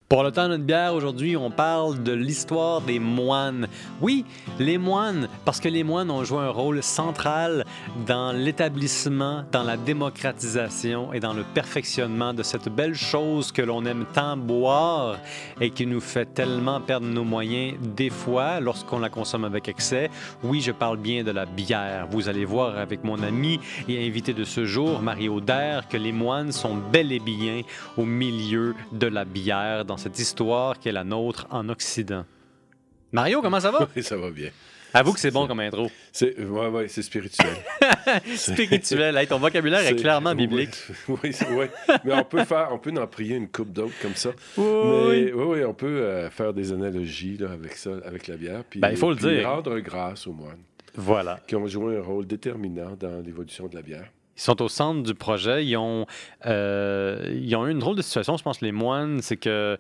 Pour le temps de notre bière, aujourd'hui, on parle de l'histoire des moines. Oui, les moines, parce que les moines ont joué un rôle central dans l'établissement, dans la démocratisation et dans le perfectionnement de cette belle chose que l'on aime tant boire et qui nous fait tellement perdre nos moyens des fois lorsqu'on la consomme avec excès. Oui, je parle bien de la bière. Vous allez voir avec mon ami et invité de ce jour, Mario Daire, que les moines sont bel et bien au milieu de la bière dans cette histoire qui est la nôtre en Occident. Mario, comment ça va? Oui, ça va bien. Avoue que c'est bon comme intro. Ouais, c'est spirituel. Spirituel. Hey, ton vocabulaire est clairement biblique. Oui, mais on peut en prier une coupe d'autres comme ça. Oui. Mais on peut faire des analogies là, avec ça, avec la bière. Puis, il faut le dire. Rendre grâce aux moines. Voilà. Qui ont joué un rôle déterminant dans l'évolution de la bière. Ils sont au centre du projet. Ils ont eu une drôle de situation, je pense, les moines. C'est que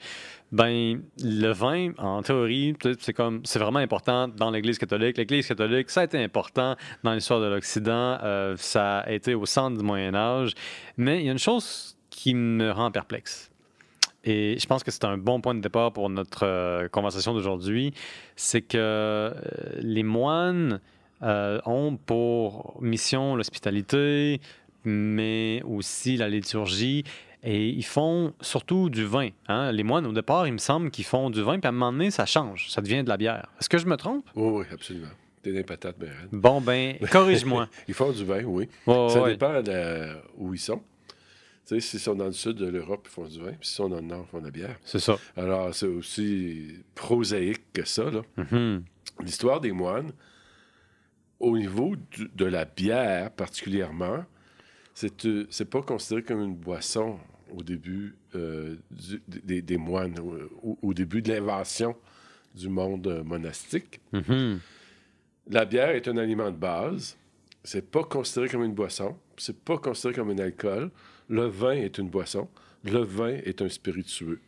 le vin, en théorie, c'est vraiment important dans l'Église catholique. L'Église catholique, ça a été important dans l'histoire de l'Occident. Ça a été au centre du Moyen Âge. Mais il y a une chose qui me rend perplexe. Et je pense que c'est un bon point de départ pour notre conversation d'aujourd'hui. C'est que les moines ont pour mission l'hospitalité, mais aussi la liturgie. Et ils font surtout du vin. Hein? Les moines, au départ, il me semble qu'ils font du vin, puis à un moment donné, ça change. Ça devient de la bière. Est-ce que je me trompe? Oui, absolument. T'es des patates, ben. Bon, corrige-moi. Ils font du vin, oui. Ça dépend où ils sont. Tu sais, s'ils sont dans le sud de l'Europe, ils font du vin. Puis s'ils sont dans le nord, ils font de la bière. C'est ça. Alors, c'est aussi prosaïque que ça, là. Mm-hmm. L'histoire des moines, au niveau de la bière particulièrement, c'est pas considéré comme une boisson au début des moines, au début de l'invention du monde monastique. Mm-hmm. La bière est un aliment de base. C'est pas considéré comme une boisson. C'est pas considéré comme un alcool. Le vin est une boisson. Le vin est un spiritueux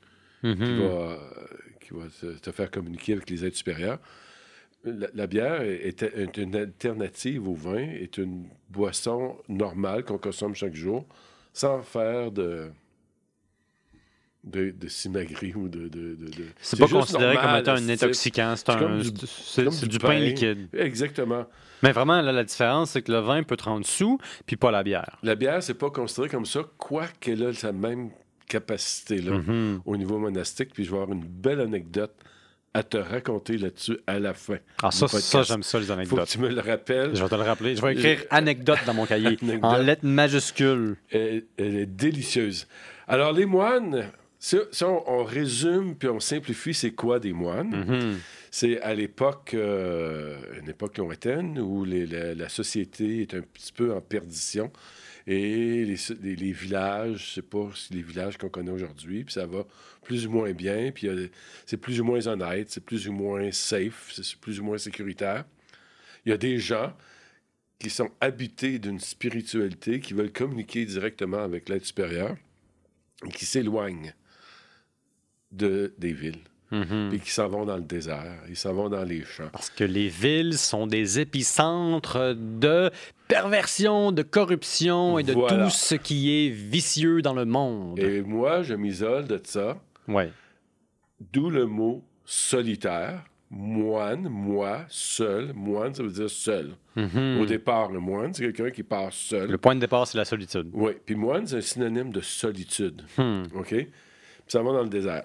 qui va te faire communiquer avec les êtres supérieurs. La bière est une alternative au vin, est une boisson normale qu'on consomme chaque jour, sans faire de simagrie ou de... C'est pas considéré normal, comme étant un intoxicant, c'est du pain liquide. Exactement. Mais vraiment, là, la différence, c'est que le vin peut te rendre sous, puis pas la bière. La bière, c'est pas considéré comme ça, quoiqu'elle a sa même capacité-là au niveau monastique. Puis je vais avoir une belle anecdote à te raconter là-dessus à la fin. Ah, ça, j'aime ça, les anecdotes. Faut que tu me le rappelles. Je vais te le rappeler. Je vais écrire anecdote dans mon cahier, en lettres majuscules. Elle est délicieuse. Alors, les moines, si on résume puis on simplifie, c'est quoi des moines? Mm-hmm. C'est à l'époque, une époque lointaine, où la société est un petit peu en perdition. Et les villages, c'est pas les villages qu'on connaît aujourd'hui, puis ça va plus ou moins bien, puis c'est plus ou moins honnête, c'est plus ou moins safe, c'est plus ou moins sécuritaire. Il y a des gens qui sont habités d'une spiritualité, qui veulent communiquer directement avec l'être supérieur, et qui s'éloignent des villes. Mm-hmm. Et qui s'en vont dans le désert, ils s'en vont dans les champs. Parce que les villes sont des épicentres de perversion, de corruption et de tout ce qui est vicieux dans le monde. Et moi, je m'isole de ça. Ouais. D'où le mot solitaire. Moine, moi, seul. Moine, ça veut dire seul. Mm-hmm. Au départ, le moine, c'est quelqu'un qui part seul. Le point de départ, c'est la solitude. Oui. Puis moine, c'est un synonyme de solitude. OK? Puis ça va dans le désert.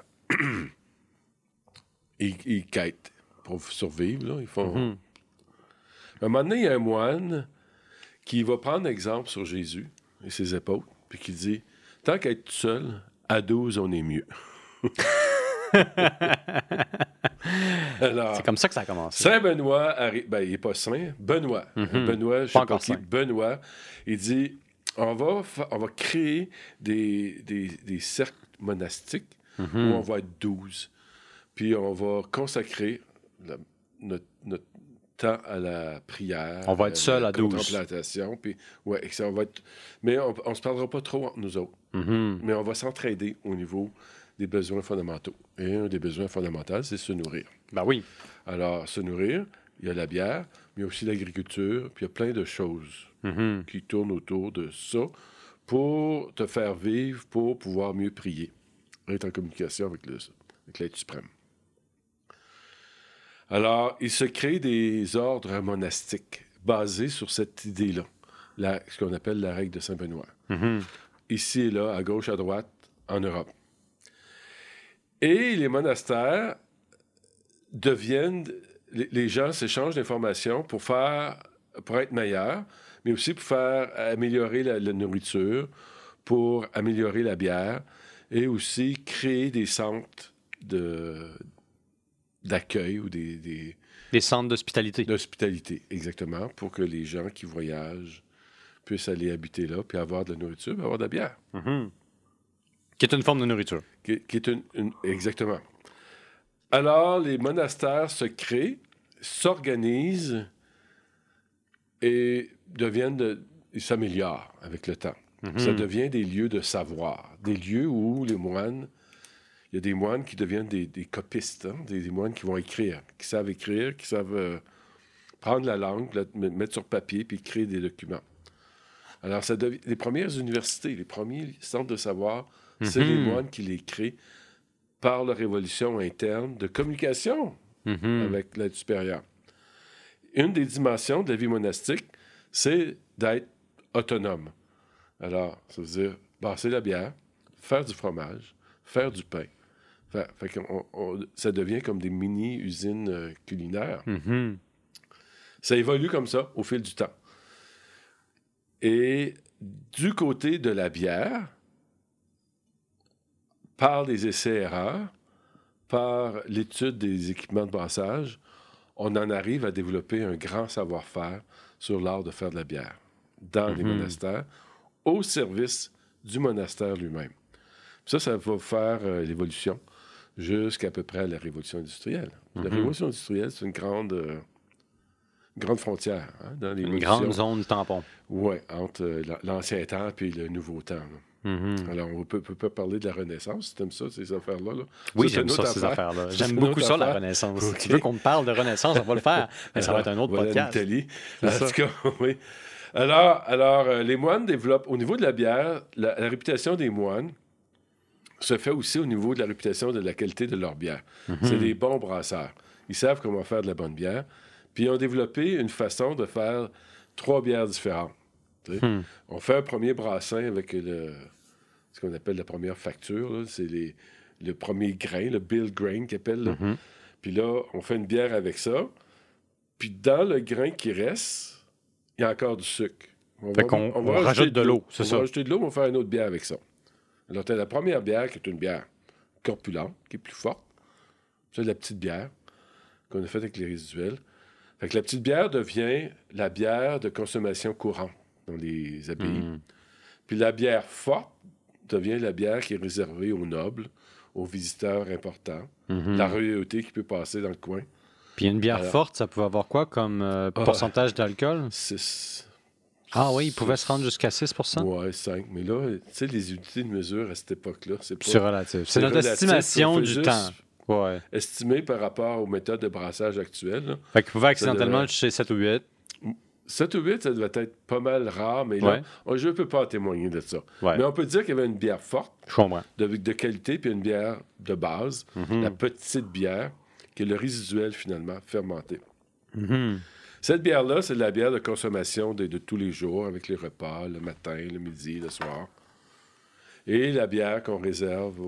Ils quêtent pour survivre. Là. Ils font... Mm-hmm. Un moment donné, il y a un moine qui va prendre exemple sur Jésus et ses épaules, puis qui dit, tant qu'à être seul, à 12, on est mieux. Alors, c'est comme ça que ça a commencé. Saint Benoît arrive... il n'est pas saint. Benoît. Mm-hmm. Benoît, je ne sais pas qui. Benoît, il dit, on va créer des cercles monastiques où on va être 12. Puis on va consacrer notre temps à la prière. On va être seul à 12. Contemplation. Puis, on va être... Mais on ne se parlera pas trop entre nous autres. Mm-hmm. Mais on va s'entraider au niveau des besoins fondamentaux. Et un des besoins fondamentaux, c'est se nourrir. Ben oui. Alors, se nourrir, il y a la bière, mais il y a aussi l'agriculture, puis il y a plein de choses qui tournent autour de ça pour te faire vivre, pour pouvoir mieux prier. Être en communication avec avec l'être suprême. Alors, il se crée des ordres monastiques basés sur cette idée-là, ce qu'on appelle la règle de Saint-Benoît. Ici et là, à gauche, à droite, en Europe. Et les monastères deviennent... Les gens s'échangent d'informations pour être meilleurs, mais aussi pour faire améliorer la nourriture, pour améliorer la bière, et aussi créer des centres d'accueil ou des centres d'hospitalité. D'hospitalité, exactement, pour que les gens qui voyagent puissent aller habiter là, puis avoir de la nourriture, puis avoir de la bière. Qui est une forme de nourriture. Qui est exactement. Alors, les monastères se créent, s'organisent et ils s'améliorent avec le temps. Ça devient des lieux de savoir, des lieux où les moines, il y a des moines qui deviennent des copistes, hein, des moines qui vont écrire, qui savent prendre la langue, mettre sur papier, puis créer des documents. Alors, les premières universités, les premiers centres de savoir, c'est les moines qui les créent par leur évolution interne de communication avec l'être supérieur. Une des dimensions de la vie monastique, c'est d'être autonome. Alors, ça veut dire brasser la bière, faire du fromage, faire du pain. Ça devient comme des mini-usines culinaires. Ça évolue comme ça au fil du temps. Et du côté de la bière, par les essais-erreurs, par l'étude des équipements de brassage, on en arrive à développer un grand savoir-faire sur l'art de faire de la bière dans les monastères, au service du monastère lui-même. Puis ça va faire l'évolution jusqu'à peu près la révolution industrielle. La révolution industrielle, c'est une grande frontière. Hein, dans une grande zone tampon. Oui, entre l'ancien temps et le nouveau temps. Alors, on peut parler de la Renaissance, si tu aimes ça, ces affaires-là. Là. Oui, j'aime ça, ces affaires-là. J'aime beaucoup ça, la Renaissance. Okay. Si tu veux qu'on me parle de Renaissance, on va le faire. Mais ça va être un autre podcast. L'Italie. En tout cas, oui. Alors, les moines développent, au niveau de la bière, la réputation des moines se fait aussi au niveau de la réputation de la qualité de leur bière. C'est des bons brasseurs. Ils savent comment faire de la bonne bière. Puis ils ont développé une façon de faire 3 bières différentes. On fait un premier brassin avec ce qu'on appelle la première facture. Là. C'est le premier grain, le bill grain qu'ils appellent. Puis là, on fait une bière avec ça. Puis dans le grain qui reste, il y a encore du sucre. On rajoute de l'eau, c'est ça. On va rajouter de l'eau, on va faire une autre bière avec ça. Alors, tu as la première bière qui est une bière corpulente, qui est plus forte. C'est la petite bière qu'on a faite avec les résiduels. Fait que la petite bière devient la bière de consommation courante dans les abbayes. Puis la bière forte devient la bière qui est réservée aux nobles, aux visiteurs importants, la royauté qui peut passer dans le coin. Puis une bière forte, ça pouvait avoir quoi comme pourcentage d'alcool? 6. Ah oui, il pouvait se rendre jusqu'à 6 Oui, 5. Mais là, tu sais, les unités de mesure à cette époque-là, c'est pas... C'est relatif. C'est notre estimation du temps. Ouais. Estimé par rapport aux méthodes de brassage actuelles. Là. Fait qu'il pouvait accidentellement toucher 7 ou 8. 7 ou 8, ça devait être pas mal rare, mais là, je ne peux pas témoigner de ça. Mais on peut dire qu'il y avait une bière forte, de qualité, puis une bière de base, la petite bière, qui est le résiduel, finalement, fermenté. Cette bière-là, c'est de la bière de consommation de tous les jours, avec les repas, le matin, le midi, le soir. Et la bière qu'on réserve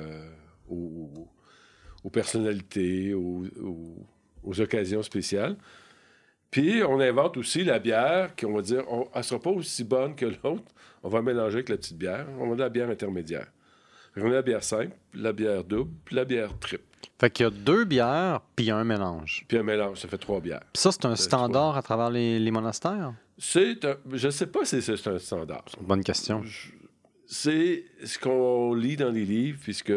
aux personnalités, aux occasions spéciales. Puis, on invente aussi la bière qu'on va dire, elle ne sera pas aussi bonne que l'autre. On va mélanger avec la petite bière. On a de la bière intermédiaire. On a la bière simple, la bière double, puis la bière triple. Fait qu'il y a 2 bières, puis il y a un mélange. Puis un mélange, ça fait 3 bières. Puis ça, c'est un standard à travers les monastères? Je ne sais pas si c'est un standard. C'est une bonne question. C'est ce qu'on lit dans les livres, puisque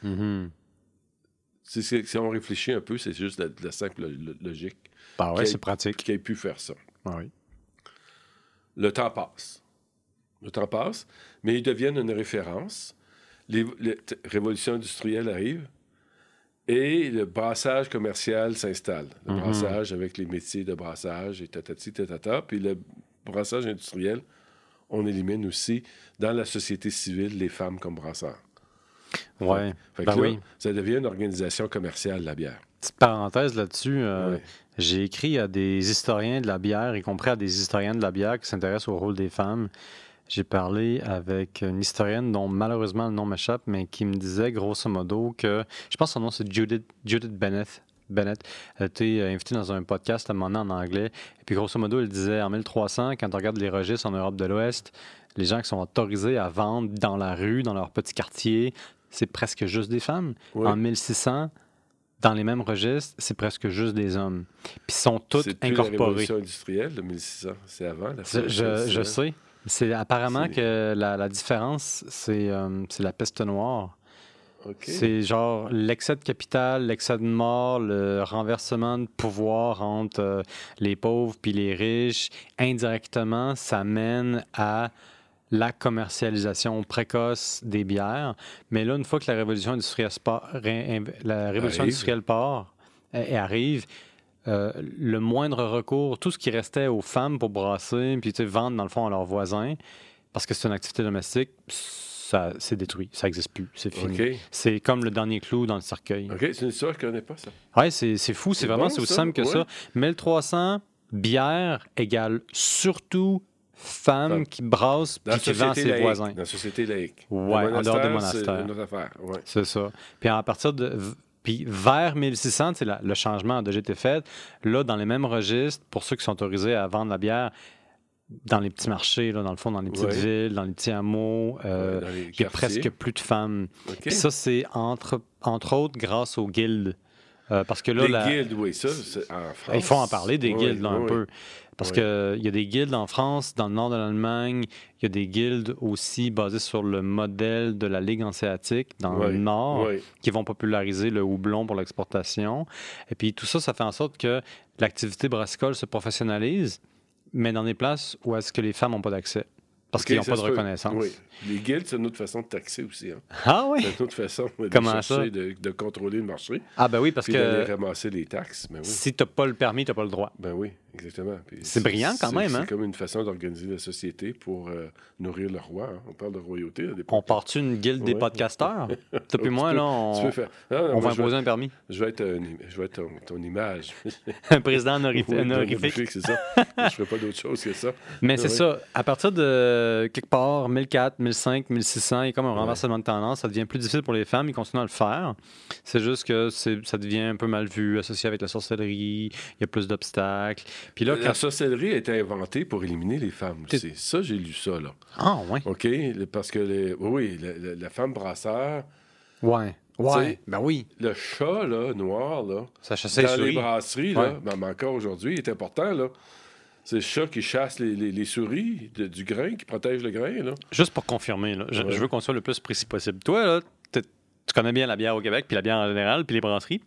si on réfléchit un peu, c'est juste de la simple logique. Ben oui, c'est pratique. Qu'il ait pu faire ça. Ah oui. Le temps passe. Mais ils deviennent une référence. La révolution industrielle arrive et le brassage commercial s'installe. Le brassage avec les métiers de brassage et tatata. Puis le brassage industriel, on élimine aussi dans la société civile les femmes comme brasseurs. Ouais. Fait que Ben là, oui. ça devient une organisation commerciale, la bière. Petite parenthèse là-dessus, Ouais. j'ai écrit à des historiens de la bière, y compris à des historiens de la bière qui s'intéressent au rôle des femmes. J'ai parlé avec une historienne dont malheureusement le nom m'échappe, mais qui me disait grosso modo que, je pense que son nom c'est Judith Bennett. Elle a été invitée dans un podcast à un moment donné en anglais. Et puis grosso modo, elle disait en 1300, quand on regarde les registres en Europe de l'Ouest, les gens qui sont autorisés à vendre dans la rue, dans leur petit quartier, c'est presque juste des femmes. Oui. En 1600, dans les mêmes registres, c'est presque juste des hommes. Puis ils sont tous C'est plus la incorporés. révolution industrielle de 1600, c'est avant la Je, révolution je industrielle. sais. C'est apparemment C'est- que la différence, c'est la peste noire. OK. C'est genre l'excès de capital, l'excès de mort, le renversement de pouvoir entre les pauvres puis les riches. Indirectement, ça mène à la commercialisation précoce des bières. Mais là, une fois que la révolution industrielle, Arrive. arrive, le moindre recours, tout ce qui restait aux femmes pour brasser, puis tu sais, vendre dans le fond à leurs voisins, parce que c'est une activité domestique, ça c'est détruit, ça n'existe plus, c'est fini. OK. C'est comme le dernier clou dans le cercueil. OK, c'est une histoire que je ne connais pas, ça. Ouais, c'est fou, c'est vraiment bon, c'est aussi ça, simple que ouais. ça. 1300, bière égale surtout femme Femme. qui brasse Dans puis la qui vend à société ses laïque. voisins. Dans la société laïque. Ouais, Le en dehors des C'est monastères. une autre affaire. Ouais. C'est ça. Puis à partir de. Puis vers 1600, le changement a déjà été fait. Là, dans les mêmes registres, pour ceux qui sont autorisés à vendre la bière dans les petits marchés, là, dans le fond, dans les petites Ouais. villes, dans les petits hameaux, Dans les il y a quartiers. presque plus de femmes. OK. Puis ça, c'est entre autres grâce aux guildes. Parce que là, Les guildes, oui, ça, c'est en France. il faut en parler des Oui, guildes là, un oui. peu. Parce Oui. qu'il y a des guildes en France, dans le nord de l'Allemagne. Il y a des guildes aussi basées sur le modèle de la Ligue hanséatique dans le Oui, nord, oui. qui vont populariser le houblon pour l'exportation. Et puis tout ça, ça fait en sorte que l'activité brassicole se professionnalise, mais dans des places où est-ce que les femmes n'ont pas d'accès. Parce OK, qu'ils n'ont ça pas de se peut. reconnaissance. Oui. Les guildes, c'est une autre façon de taxer aussi. Hein. Ah oui? C'est une autre façon de Comment chercher, ça? de contrôler le marché, Ah ben oui, parce puis d'aller que ramasser les taxes. Ben oui, si tu n'as pas le permis, tu n'as pas le droit. ben oui, exactement. Puis C'est brillant quand même, hein? C'est comme une façon d'organiser la société pour nourrir le roi. Hein. On parle de royauté. À On part-tu une guilde des Ouais. podcasteurs? Toi puis moi, Tu peux- là, tu peux faire. Non, non, on moi, va imposer un permis. je vais être ton image. Un président Oui, honorifique. c'est ça. Je ne ferai pas d'autre chose que ça. Mais c'est Oui. ça. À partir de quelque part, 1400, 1500, 1600, il y a comme un renversement de tendance. Ça devient plus difficile pour les femmes. Ils continuent à le faire. C'est juste que ça devient un peu mal vu, associé avec la sorcellerie. Il y a plus d'obstacles. Puis là, La sorcellerie a été inventée pour éliminer les femmes aussi. Ça, j'ai lu ça, là. Ah, ouais. OK? Parce que, oui, la femme brasseur, Ouais. Tu Ouais. sais, Ben oui. le chat, là, noir, là, Ça chassait les dans les souris. brasseries, là, Ouais. même encore aujourd'hui, il est important, là. C'est le chat qui chasse les souris du grain, qui protège le grain, là. Juste pour confirmer, là, Ouais. je veux qu'on soit le plus précis possible. Toi, là, tu connais bien la bière au Québec, puis la bière en général, puis les brasseries.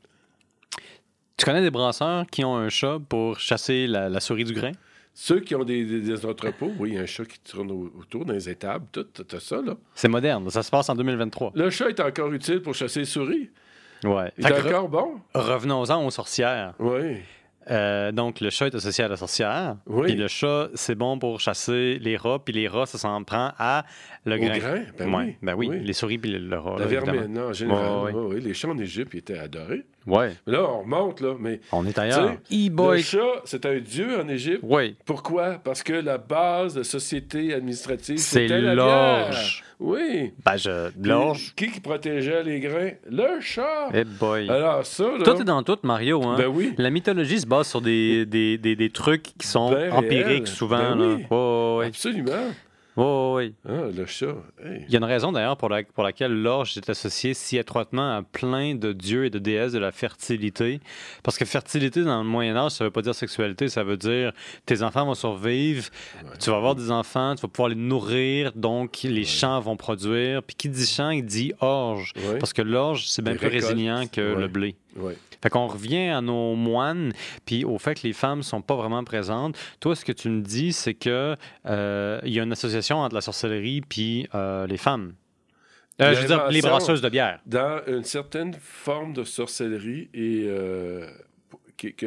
Tu connais des brasseurs qui ont un chat pour chasser la souris du grain? Ceux qui ont des entrepôts, oui, il y a un chat qui tourne autour dans les étables, tout, t'as ça, là. C'est moderne. Ça se passe en 2023. Le chat est encore utile pour chasser les souris. Ouais. Il Fait est que encore bon. revenons-en aux sorcières. Oui. Donc, le chat est associé à la sorcière. Oui. Puis le chat, c'est bon pour chasser les rats. Puis les rats, ça s'en prend à le Au grain. grain, ben Ouais, oui. ben oui. Oui. Les souris puis le rat. La là, évidemment. vermine, en général. Ouais, Oui, les chats en Égypte, ils étaient adorés. Ouais. Mais là, on remonte, là, mais On est tu ailleurs. sais, le E-boy. chat, c'est un dieu en Égypte. Oui. Pourquoi? Parce que la base de société administrative, C'est c'était la l'orge. bière. Oui. Ben, l'orge. Qui protégeait les grains? Le chat. Eh boy. Alors ça, là... Tout est dans tout, Mario. Hein? Ben oui. La mythologie se base sur des trucs qui sont Ben empiriques réel. souvent. Ben là. oui. Ouais, ouais, Absolument. ouais, ouais. Ah, le chat. Hey. Il y a une raison d'ailleurs pour laquelle l'orge est associée si étroitement à plein de dieux et de déesses de la fertilité. Parce que fertilité dans le Moyen-Âge, ça veut pas dire sexualité, ça veut dire tes enfants vont survivre, tu vas avoir des enfants, tu vas pouvoir les nourrir, donc les champs vont produire. Puis qui dit champ, il dit orge. Ouais. Parce que l'orge, c'est bien Des plus récoltes. résilient que Ouais. le blé. Oui. Fait qu'on revient à nos moines, puis au fait que les femmes sont pas vraiment présentes. Toi, ce que tu me dis, c'est que il y a une association entre la sorcellerie puis les femmes. Je veux dire, les L'invention- brasseuses de bière. Dans une certaine forme de sorcellerie et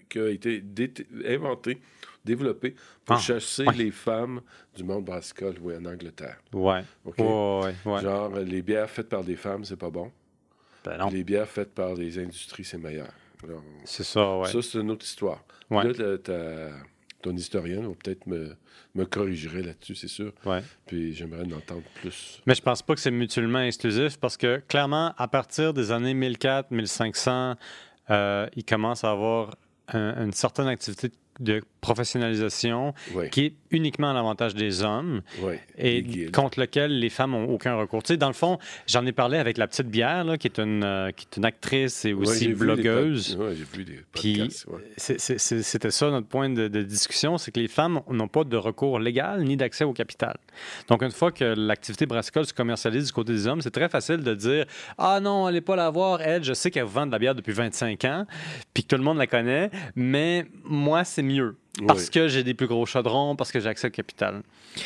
qui a été inventé, développé pour chasser les femmes du monde brassicole en Angleterre. Ouais. Okay? Ouais. Genre, les bières faites par des femmes, c'est pas bon. Ben non. Les bières faites par des industries, c'est meilleur. Alors, c'est ça, ouais. Ça, c'est une autre histoire. Ouais. Là, ton historien va peut-être me corrigerait là-dessus, c'est sûr. Ouais. Puis j'aimerais en entendre plus. Mais je pense pas que c'est mutuellement exclusif parce que, clairement, à partir des années 1400-1500, il commence à avoir une certaine activité de professionnalisation qui est uniquement à l'avantage des hommes et contre lequel les femmes n'ont aucun recours. Tu sais, dans le fond, j'en ai parlé avec la petite bière, là, qui est une actrice et aussi blogueuse. Oui, j'ai vu des podcasts. C'était ça notre point de discussion, c'est que les femmes n'ont pas de recours légal ni d'accès au capital. Donc, une fois que l'activité brassicole se commercialise du côté des hommes, c'est très facile de dire « Ah non, elle n'est pas la voir, elle, je sais qu'elle vend de la bière depuis 25 ans, puis que tout le monde la connaît, mais moi, c'est mieux. Parce que j'ai des plus gros chaudrons, parce que j'ai accès au capital. »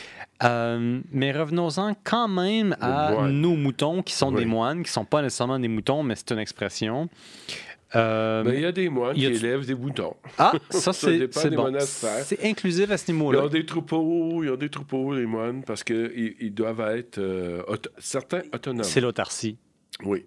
Mais revenons-en quand même à nos moutons, qui sont des moines, qui ne sont pas nécessairement des moutons, mais c'est une expression. Il y a des moines qui élèvent des moutons. Ah, ça, c'est bon. C'est inclusif à ce niveau-là. Ils ont des troupeaux, les moines, parce qu'ils doivent être certains autonomes. C'est l'autarcie. Oui.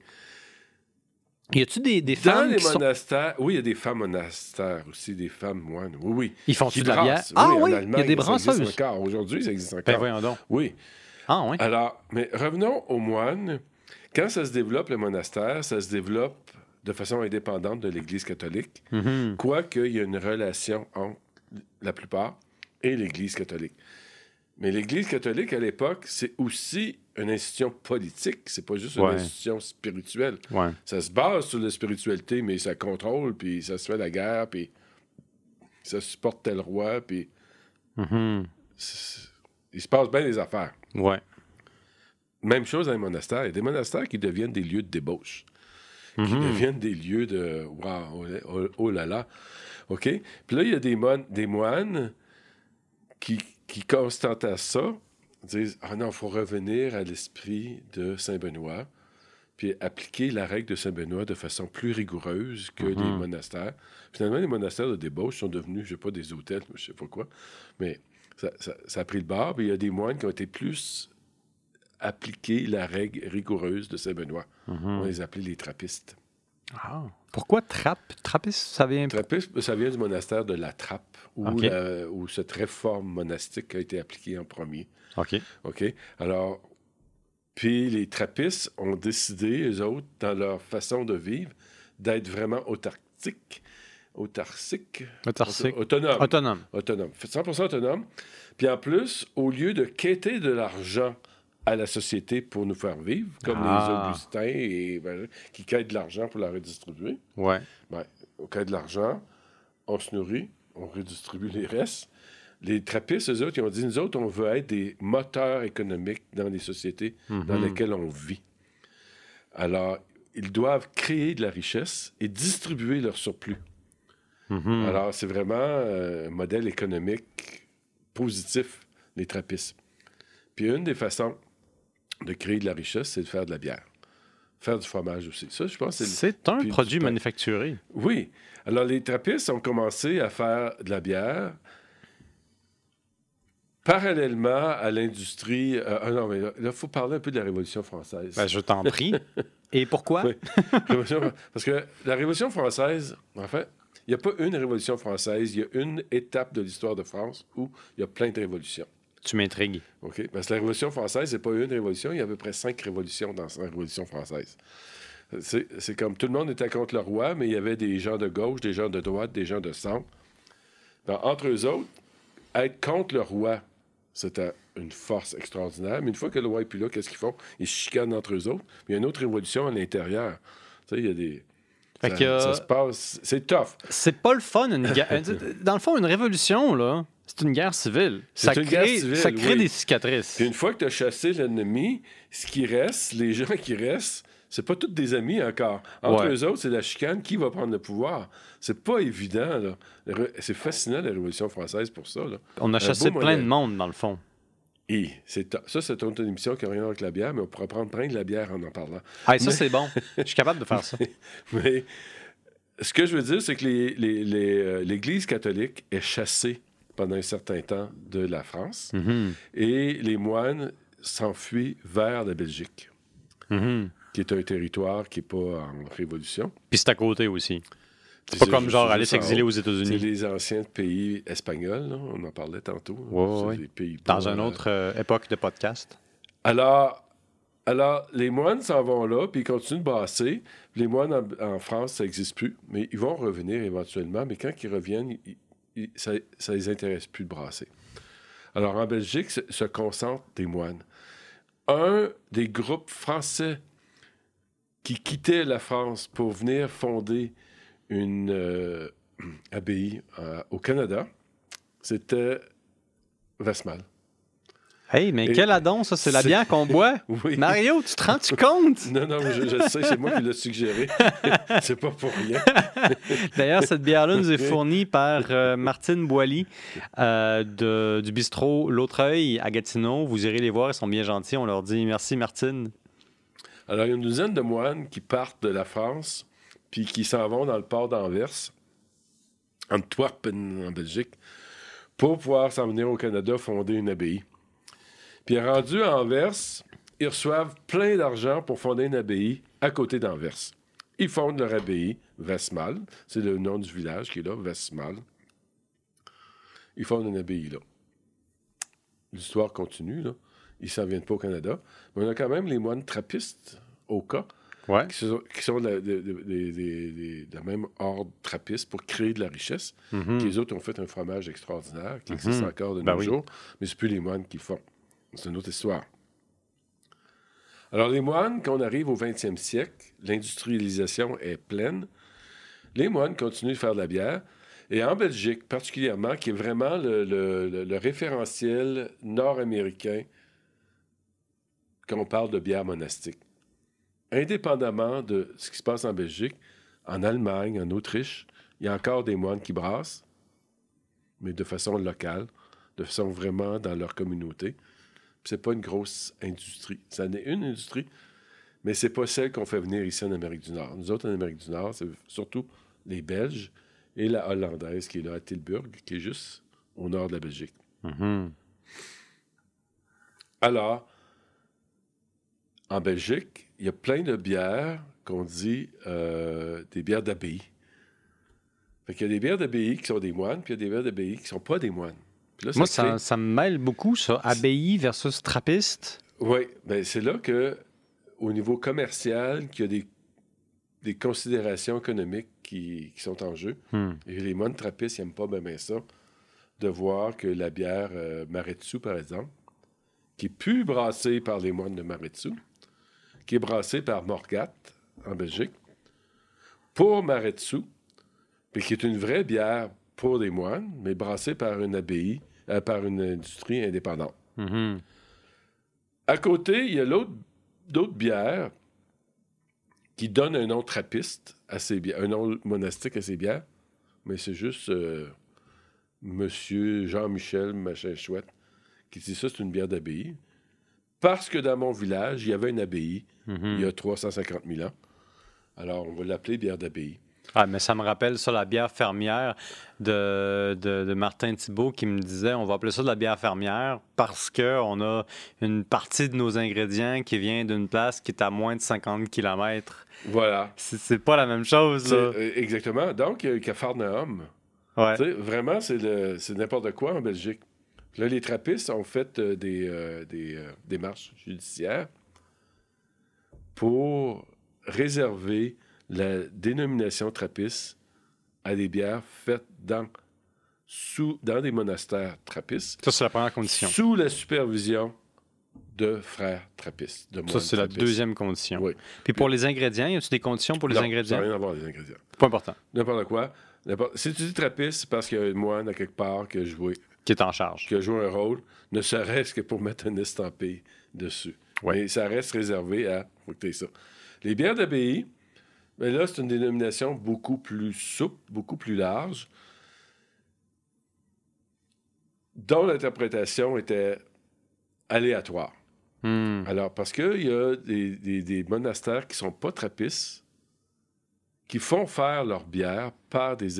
Y a-tu des femmes dans les monastères? Oui, il y a des femmes monastères aussi, des femmes moines. Oui. Ils font-tu de la bière? Ah oui, il y a des brasseuses. Aujourd'hui, ça existe encore. Ben voyons donc. Oui. Ah oui. Alors, mais revenons aux moines. Quand ça se développe, le monastère, ça se développe de façon indépendante de l'Église catholique, quoique il y a une relation entre la plupart et l'Église catholique. Mais l'Église catholique, à l'époque, c'est aussi une institution politique. C'est pas juste une institution spirituelle. Ouais. Ça se base sur la spiritualité, mais ça contrôle, puis ça se fait la guerre, puis ça supporte tel roi, puis il se passe bien des affaires. Ouais. Même chose dans les monastères. Il y a des monastères qui deviennent des lieux de débauche, qui deviennent des lieux de « wow, oh là là ». OK? Puis là, il y a des moines qui constatent ça, disent « Ah non, il faut revenir à l'esprit de Saint-Benoît, puis appliquer la règle de Saint-Benoît de façon plus rigoureuse que les monastères. » Finalement, les monastères de débauche sont devenus, je ne sais pas, des hôtels, je ne sais pas quoi, mais ça a pris le bord, puis il y a des moines qui ont été plus appliquer la règle rigoureuse de Saint-Benoît. On les appelait les trappistes. Ah. Pourquoi trappiste, ça vient... Trappiste, ça vient du monastère de la Trappe, où cette réforme monastique a été appliquée en premier. OK. Alors, puis les trappistes ont décidé, eux autres, dans leur façon de vivre, d'être vraiment autarciques. 100% autonome. Puis en plus, au lieu de quêter de l'argent à la société pour nous faire vivre, comme les Augustins qui quêtent de l'argent pour la redistribuer. Ouais. On quête de l'argent, on se nourrit, on redistribue les restes. Les trappistes, eux autres, ils ont dit, nous autres, on veut être des moteurs économiques dans les sociétés dans lesquelles on vit. Alors, ils doivent créer de la richesse et distribuer leur surplus. Alors, c'est vraiment un modèle économique positif, les trappistes. Puis une des façons de créer de la richesse, c'est de faire de la bière. Faire du fromage aussi. Ça, je pense, c'est un produit manufacturé. Oui. Alors, les trappistes ont commencé à faire de la bière parallèlement à l'industrie... non, mais là, il faut parler un peu de la Révolution française. Ben, je t'en prie. Et pourquoi? Oui. Parce que la Révolution française, en fait, il n'y a pas une Révolution française, il y a une étape de l'histoire de France où il y a plein de révolutions. Tu m'intrigues. OK. Parce que la Révolution française, c'est pas une révolution, il y a à peu près 5 révolutions dans la Révolution française. C'est comme tout le monde était contre le roi, mais il y avait des gens de gauche, des gens de droite, des gens de centre. Entre eux autres, être contre le roi, c'était une force extraordinaire. Mais une fois que le roi n'est plus là, qu'est-ce qu'ils font? Ils se chicanent entre eux autres. Mais il y a une autre révolution à l'intérieur. Tu sais, il y a des... Ça se passe... C'est tough. C'est pas le fun, une guerre. Dans le fond, une révolution, là, c'est une guerre civile. Ça crée des cicatrices. Puis une fois que tu as chassé l'ennemi, ce qui reste, les gens qui restent, c'est pas tous des amis encore. Entre eux autres, c'est la chicane. Qui va prendre le pouvoir? C'est pas évident, là. C'est fascinant, la Révolution française, pour ça, là. On a chassé plein de monde, dans le fond. Et ça, c'est une émission qui n'a rien à voir avec la bière, mais on pourra prendre plein de la bière en parlant. Ah, ça, c'est bon. Je suis capable de faire ça. Mais ce que je veux dire, c'est que l'Église catholique est chassée pendant un certain temps de la France et les moines s'enfuient vers la Belgique, qui est un territoire qui n'est pas en révolution. Puis c'est à côté aussi. C'est pas comme genre aller s'exiler aux États-Unis. C'est les anciens pays espagnols, là, on en parlait tantôt. Oui. Les pays dans une autre époque de podcast. Alors, les moines s'en vont là, puis ils continuent de brasser. Les moines en France, ça n'existe plus, mais ils vont revenir éventuellement. Mais quand ils reviennent, ça ne les intéresse plus de brasser. Alors, en Belgique, se concentrent des moines. Un des groupes français qui quittait la France pour venir fonder une abbaye au Canada, c'était Westmalle. Hey, mais quel adon, ça, c'est la bière qu'on boit. Oui. Mario, tu te rends-tu compte? Non, je le sais, c'est moi qui l'ai suggéré. C'est pas pour rien. D'ailleurs, cette bière-là nous est fournie par Martine Boily du bistrot L'Autre-Œil à Gatineau. Vous irez les voir, ils sont bien gentils. On leur dit merci, Martine. Alors, il y a une douzaine de moines qui partent de la France puis qui s'en vont dans le port d'Anvers, Antwerpen, en Belgique, pour pouvoir s'en venir au Canada fonder une abbaye. Puis, rendus à Anvers, ils reçoivent plein d'argent pour fonder une abbaye à côté d'Anvers. Ils fondent leur abbaye, Westmalle. C'est le nom du village qui est là, Westmalle. Ils fondent une abbaye là. L'histoire continue, là. Ils ne s'en viennent pas au Canada. Mais on a quand même les moines trappistes, au cas, qui sont de la même ordre trappiste pour créer de la richesse. Qui les autres ont fait un fromage extraordinaire qui existe encore de nos jours, mais ce n'est plus les moines qui le font. C'est une autre histoire. Alors, les moines, quand on arrive au 20e siècle, l'industrialisation est pleine. Les moines continuent de faire de la bière. Et en Belgique, particulièrement, qui est vraiment le référentiel nord-américain quand on parle de bière monastique. Indépendamment de ce qui se passe en Belgique, en Allemagne, en Autriche, il y a encore des moines qui brassent, mais de façon locale, de façon vraiment dans leur communauté. C'est pas une grosse industrie. Ça en est une industrie, mais c'est pas celle qu'on fait venir ici en Amérique du Nord. Nous autres, en Amérique du Nord, c'est surtout les Belges et la hollandaise qui est là à Tilburg, qui est juste au nord de la Belgique. Alors, en Belgique, il y a plein de bières qu'on dit des bières d'abbaye. Fait qu'il y a des bières d'abbaye qui sont des moines, puis il y a des bières d'abbaye qui sont pas des moines. Là, moi, ça me mêle beaucoup, ça. Abbaye versus trappiste. Oui, bien, c'est là que, au niveau commercial, qu'il y a des considérations économiques qui sont en jeu. Et les moines trappistes, ils n'aiment pas bien ça, de voir que la bière Maretsu, par exemple, qui n'est plus brassée par les moines de Maretsu, qui est brassée par Morgat, en Belgique, pour Maretsu, puis qui est une vraie bière pour des moines, mais brassée par une abbaye, par une industrie indépendante. À côté, il y a d'autres bières qui donnent un nom trappiste à ces bières, un nom monastique à ces bières, mais c'est juste Monsieur Jean-Michel Machin Chouette qui dit ça, c'est une bière d'abbaye. Parce que dans mon village, il y avait une abbaye il y a 350 000 ans. Alors, on va l'appeler bière d'abbaye. Ah, mais ça me rappelle ça, la bière fermière de Martin Thibault qui me disait on va appeler ça de la bière fermière parce qu'on a une partie de nos ingrédients qui vient d'une place qui est à moins de 50 km. Voilà. C'est pas la même chose, là. Exactement. Donc, Capharnaüm. Ouais. Vraiment, c'est n'importe quoi en Belgique. Là, les trappistes ont fait des démarches judiciaires pour réserver la dénomination trappiste à des bières faites dans des monastères trappistes. Ça, c'est la première condition. Sous la supervision de frères trappistes. Ça, c'est la deuxième condition. Oui. Puis pour les ingrédients, y a-t-il des conditions pour les ingrédients? Ça n'a rien à voir avec les ingrédients. Pas important. N'importe quoi. Si tu dis trappiste, c'est parce qu'il y a un moine à quelque part qui a joué. Qui est en charge. Qui a joué un rôle, ne serait-ce que pour mettre un estampé dessus. Ouais. Mais ça reste réservé à... Faut que tu aies ça. Les bières d'abbaye, mais là, c'est une dénomination beaucoup plus souple, beaucoup plus large, dont l'interprétation était aléatoire. Alors, parce qu'il y a des monastères qui ne sont pas trappistes, qui font faire leur bière par des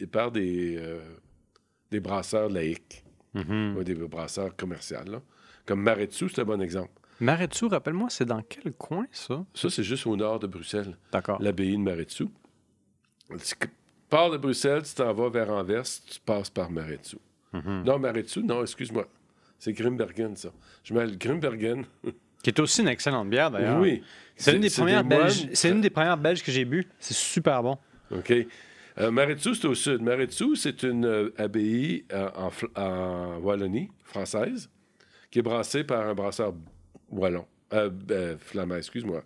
brasseurs laïcs, ou des brasseurs commerciaux, là. Comme Maretsu, c'est un bon exemple. Maretsu, rappelle-moi, c'est dans quel coin, ça? Ça, c'est juste au nord de Bruxelles. D'accord. L'abbaye de Maretsu. Tu pars de Bruxelles, tu t'en vas vers Anvers, tu passes par Maretsu. Non, Maretsu, non, excuse-moi. C'est Grimbergen, ça. Je mets le Grimbergen. Qui est aussi une excellente bière, d'ailleurs. Oui. C'est une des premières belges. C'est une des premières belges que j'ai bu. C'est super bon. OK. Maretsu, c'est au sud. Maretsu, c'est une abbaye en Wallonie française qui est brassée par un brasseur wallon. Flamand, excuse-moi.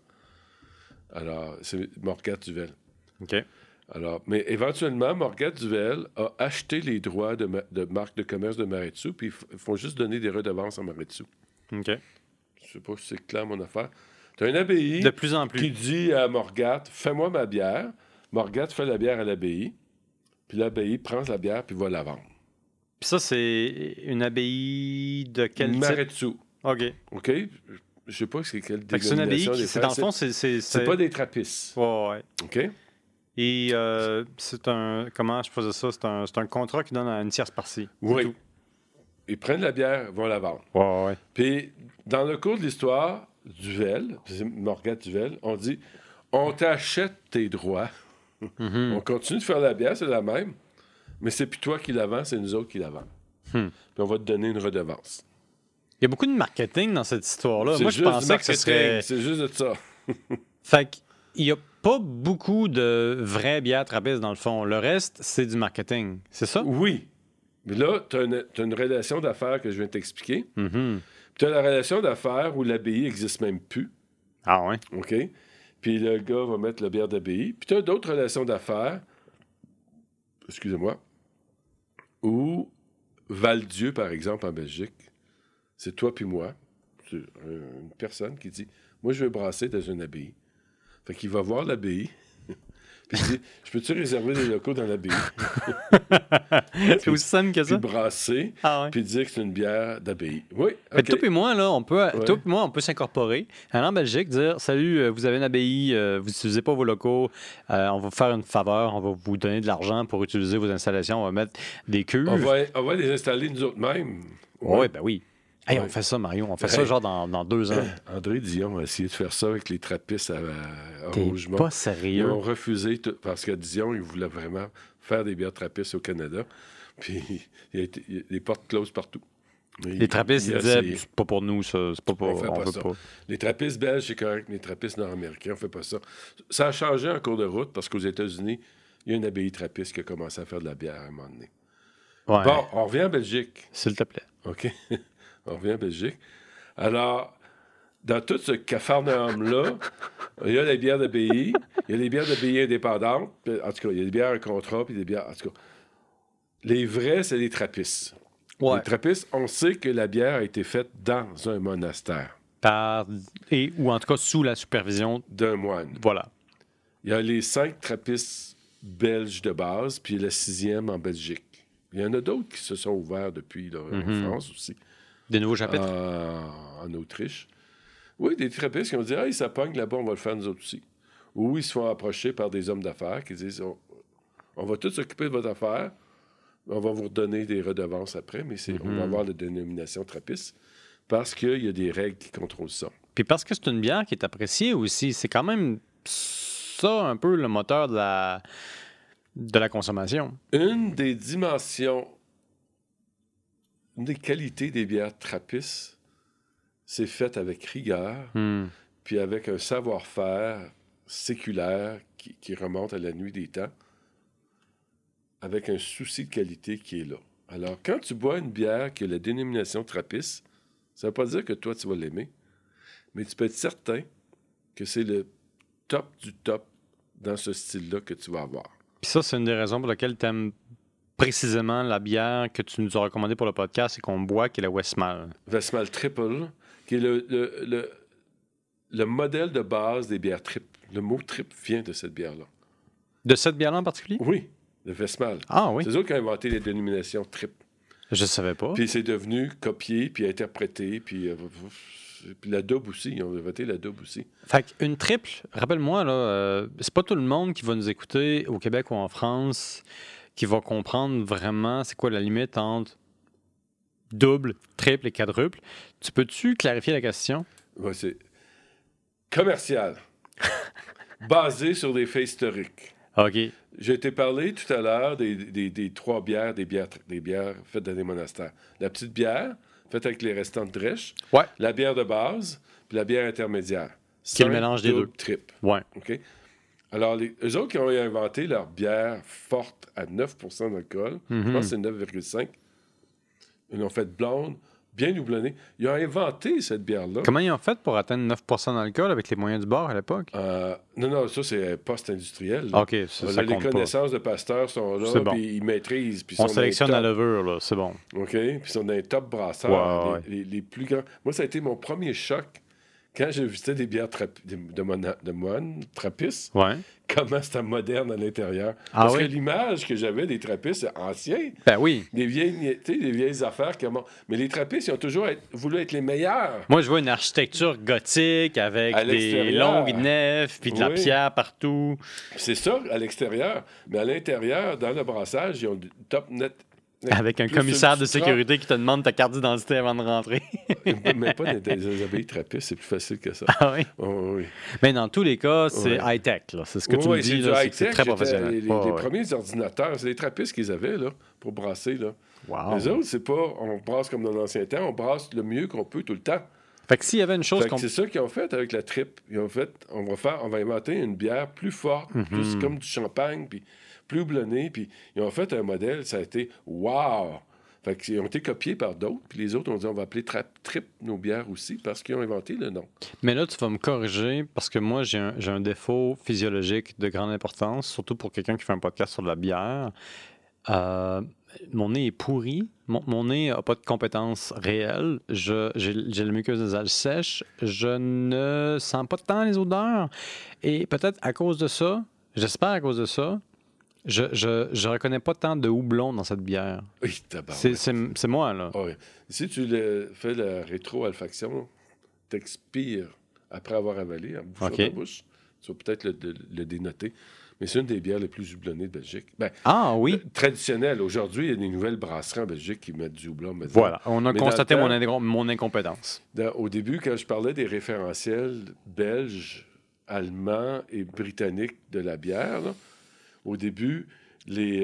Alors, c'est Morgat Duvel. OK. Alors, mais éventuellement, Morgat Duvel a acheté les droits de marque de commerce de Maretsu, puis ils font juste donner des redevances à Maretsu. OK. Je sais pas si c'est clair, mon affaire. Tu as une abbaye de plus en plus qui dit à Morgat, fais-moi ma bière. Morgat fait la bière à l'abbaye, puis l'abbaye prend la bière, puis va la vendre. Puis ça, c'est une abbaye de quel type? Maretsu. OK. OK? Je sais pas c'est quelle C'est une abbaye dénomination. qui, dans le fond, C'est pas des trappistes. Ouais. OK? Et c'est un... Comment je faisais ça? C'est un contrat qui donne à une tierce partie. Oui. Tout. Ils prennent la bière, vont la vendre. Ouais. Puis, dans le cours de l'histoire, Duvel, Morgat Duvel, on dit, on t'achète tes droits. On continue de faire la bière, c'est la même, mais c'est plus toi qui la vends, c'est nous autres qui la vendons. Puis on va te donner une redevance. Il y a beaucoup de marketing dans cette histoire-là. C'est Moi, je pensais que ce serait... C'est juste de ça. Fait qu'il n'y a pas beaucoup de vraies bières trappistes, dans le fond. Le reste, c'est du marketing. C'est ça? Oui. Mais là, tu as une relation d'affaires que je viens de t'expliquer. Mm-hmm. Tu as la relation d'affaires où l'abbaye n'existe même plus. Ah ouais? OK? Puis le gars va mettre la bière d'abbaye. Puis tu as d'autres relations d'affaires, excusez-moi, où Val-Dieu, par exemple, en Belgique, c'est toi puis moi, c'est une personne qui dit, moi, je veux brasser dans une abbaye. Fait qu'il va voir l'abbaye, puis il dit, je peux-tu réserver des locaux dans l'abbaye? C'est aussi simple que ça? Puis brasser, puis dire que c'est une bière d'abbaye. Oui, OK. Toi et moi, là, on peut s'incorporer, aller en Belgique, dire, salut, vous avez une abbaye, vous n'utilisez pas vos locaux, on va vous faire une faveur, on va vous donner de l'argent pour utiliser vos installations, on va mettre des cuves. On va les installer nous autres mêmes. Oui, ben oui. Hey, on fait ça, Mario. On fait ça genre dans 2 ans. André Dion a essayé de faire ça avec les trappistes à Rougemont. T'es pas sérieux? Ils ont refusé parce que Dion, il voulait vraiment faire des bières trappistes au Canada. Puis il y a des portes closes partout. Les trappistes, ils disaient, c'est pas pour nous, ça. C'est pas pour... On veut pas. Les trappistes belges, c'est correct, mais les trappistes nord-américains, on fait pas ça. Ça a changé en cours de route parce qu'aux États-Unis, il y a une abbaye trappiste qui a commencé à faire de la bière à un moment donné. Ouais. Bon, on revient en Belgique. S'il te plaît. OK. On revient en Belgique. Alors, dans tout ce capharnaüm-là, il y a les bières d'abbaye, il y a les bières d'abbaye indépendantes, en tout cas, il y a des bières à contrat, puis des bières... En tout cas, les vrais, c'est les trappistes. Ouais. Les trappistes, on sait que la bière a été faite dans un monastère. Ou en tout cas sous la supervision d'un moine. Voilà. Il y a les 5 trappistes belges de base, puis le 6e en Belgique. Il y en a d'autres qui se sont ouverts depuis, là, en France aussi. Des nouveaux chapitres? En Autriche. Oui, des trappistes qui ont dit « Hey, ça pogne là-bas, on va le faire nous autres aussi. » Ou ils se font approcher par des hommes d'affaires qui disent on va tous s'occuper de votre affaire, on va vous redonner des redevances après, mais on va avoir la dénomination trappiste parce qu'il y a des règles qui contrôlent ça. Puis parce que c'est une bière qui est appréciée aussi, c'est quand même ça un peu le moteur de la consommation. Une des dimensions, une des qualités des bières trappistes, c'est fait avec rigueur, puis avec un savoir-faire séculaire qui remonte à la nuit des temps, avec un souci de qualité qui est là. Alors, quand tu bois une bière qui a la dénomination trappiste, ça ne veut pas dire que toi, tu vas l'aimer, mais tu peux être certain que c'est le top du top dans ce style-là que tu vas avoir. Puis ça, c'est une des raisons pour lesquelles tu aimes précisément la bière que tu nous as recommandée pour le podcast et qu'on boit, qui est la Westmalle. Westmalle Triple, qui est le modèle de base des bières trip. Le mot trip vient de cette bière-là. De cette bière-là en particulier? Oui, de Westmalle. Ah oui? C'est eux qui ont inventé les dénominations trip. Je savais pas. Puis c'est devenu copié, puis interprété, puis Puis la double aussi, ils ont voté la double aussi. Fait qu'une triple, rappelle-moi, là, c'est pas tout le monde qui va nous écouter au Québec ou en France qui va comprendre vraiment c'est quoi la limite entre double, triple et quadruple. Tu peux-tu clarifier la question? Ouais, c'est commercial, basé sur des faits historiques. OK. J'ai été parlé tout à l'heure des trois bières, des bières faites dans des monastères. La petite bière, faite avec les restants de drèche. Ouais. La bière de base, puis la bière intermédiaire. Qui est le mélange des deux. Trip. Ouais. OK? Alors, eux autres qui ont inventé leur bière forte à 9% d'alcool, je pense que c'est 9,5. Ils l'ont fait blonde, bien houblonnée. Ils ont inventé cette bière-là. Comment ils ont fait pour atteindre 9% d'alcool avec les moyens du bord à l'époque? Non, ça, c'est post-industriel. OK, ça les compte connaissances de Pasteur sont là, C'est bon. puis ils maîtrisent. Puis On sélectionne la levure, là, c'est bon. OK? Puis ils sont dans les top brasseurs, Ouais. les plus grands. Moi, ça a été mon premier choc quand j'ai visité des bières de moines, trappistes. Ouais. Comment c'était moderne à l'intérieur. Ah Parce oui? que l'image que j'avais des trappistes, c'est ancien. Ben oui. Des vieilles affaires. Mais les trappistes, ils ont toujours voulu être les meilleurs. Moi, je vois une architecture gothique avec À des l'extérieur. longues nefs, puis de la Oui. pierre partout. C'est ça, à l'extérieur. Mais à l'intérieur, dans le brassage, ils ont du top net. Avec un Plus commissaire une de petite sécurité qui te demande ta carte d'identité avant de rentrer. Mais pas des abbayes trappistes, c'est plus facile que ça. Ah oui? Oh, oui. Mais dans tous les cas, c'est Ouais. high-tech. Là. C'est ce que tu Oui, me c'est dis, du là, c'est que c'est high-tech. très professionnel. Les premiers ordinateurs, c'est les trappistes qu'ils avaient là, pour brasser. Là. Wow. Les autres, c'est pas on brasse comme dans l'ancien temps, on brasse le mieux qu'on peut tout le temps. Fait que s'il y avait une chose Fait que qu'on... c'est ça qu'ils ont fait avec la trip. Ils ont fait, on va inventer une bière plus forte, plus comme du champagne, puis plus houblonnée. Puis ils ont fait un modèle, ça a été wow! Fait qu'ils ont été copiés par d'autres, puis les autres ont dit on va appeler trip nos bières aussi parce qu'ils ont inventé le nom. Mais là, tu vas me corriger parce que moi, j'ai un défaut physiologique de grande importance, surtout pour quelqu'un qui fait un podcast sur de la bière. Mon nez est pourri. Mon nez n'a pas de compétences réelles. J'ai la muqueuse nasale sèche. Je ne sens pas tant les odeurs. Et peut-être à cause de ça, j'espère à cause de ça, je reconnais pas tant de houblon dans cette bière. Oui, tabarouette. C'est moi, là. Ah oui. Si tu fais la rétro-olfaction, t'expires après avoir avalé en bouchant OK. ta bouche. Tu vas peut-être le dénoter. Mais c'est une des bières les plus houblonnées de Belgique. Ben, Ah oui? traditionnelle. Aujourd'hui, il y a des nouvelles brasseries en Belgique qui mettent du houblon. Maintenant. Voilà. On a Mais constaté dans le temps, mon incompétence. Au début, quand je parlais des référentiels belges, allemands et britanniques de la bière, là, au début, les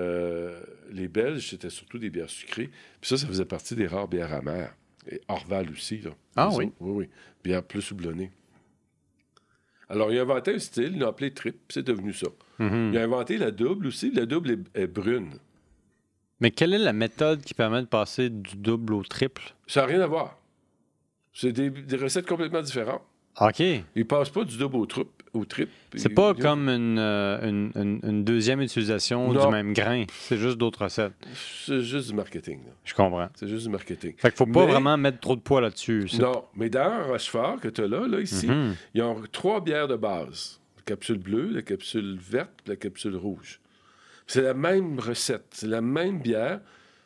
Belges, c'était surtout des bières sucrées. Puis ça faisait partie des rares bières amères. Et Orval aussi. Là, Ah les oui? autres. Oui. Bière plus houblonnée. Alors, il a inventé un style, il l'a appelé trip, puis c'est devenu ça. Mhm. Il a inventé la double aussi. La double est brune. Mais quelle est la méthode qui permet de passer du double au triple? Ça n'a rien à voir. C'est des recettes complètement différentes. OK. Ils ne passent pas du double au trip. C'est pas comme une deuxième utilisation Non. du même grain. C'est juste d'autres recettes. C'est juste du marketing. Là. Je comprends. C'est juste du marketing. Fait qu'il faut pas Mais- vraiment mettre trop de poids là-dessus. C'est- Non, mais dans Rochefort, que tu as là, ici, Mhm. ils ont 3 bières de base. La capsule bleue, la capsule verte, la capsule rouge. C'est la même recette. C'est la même bière.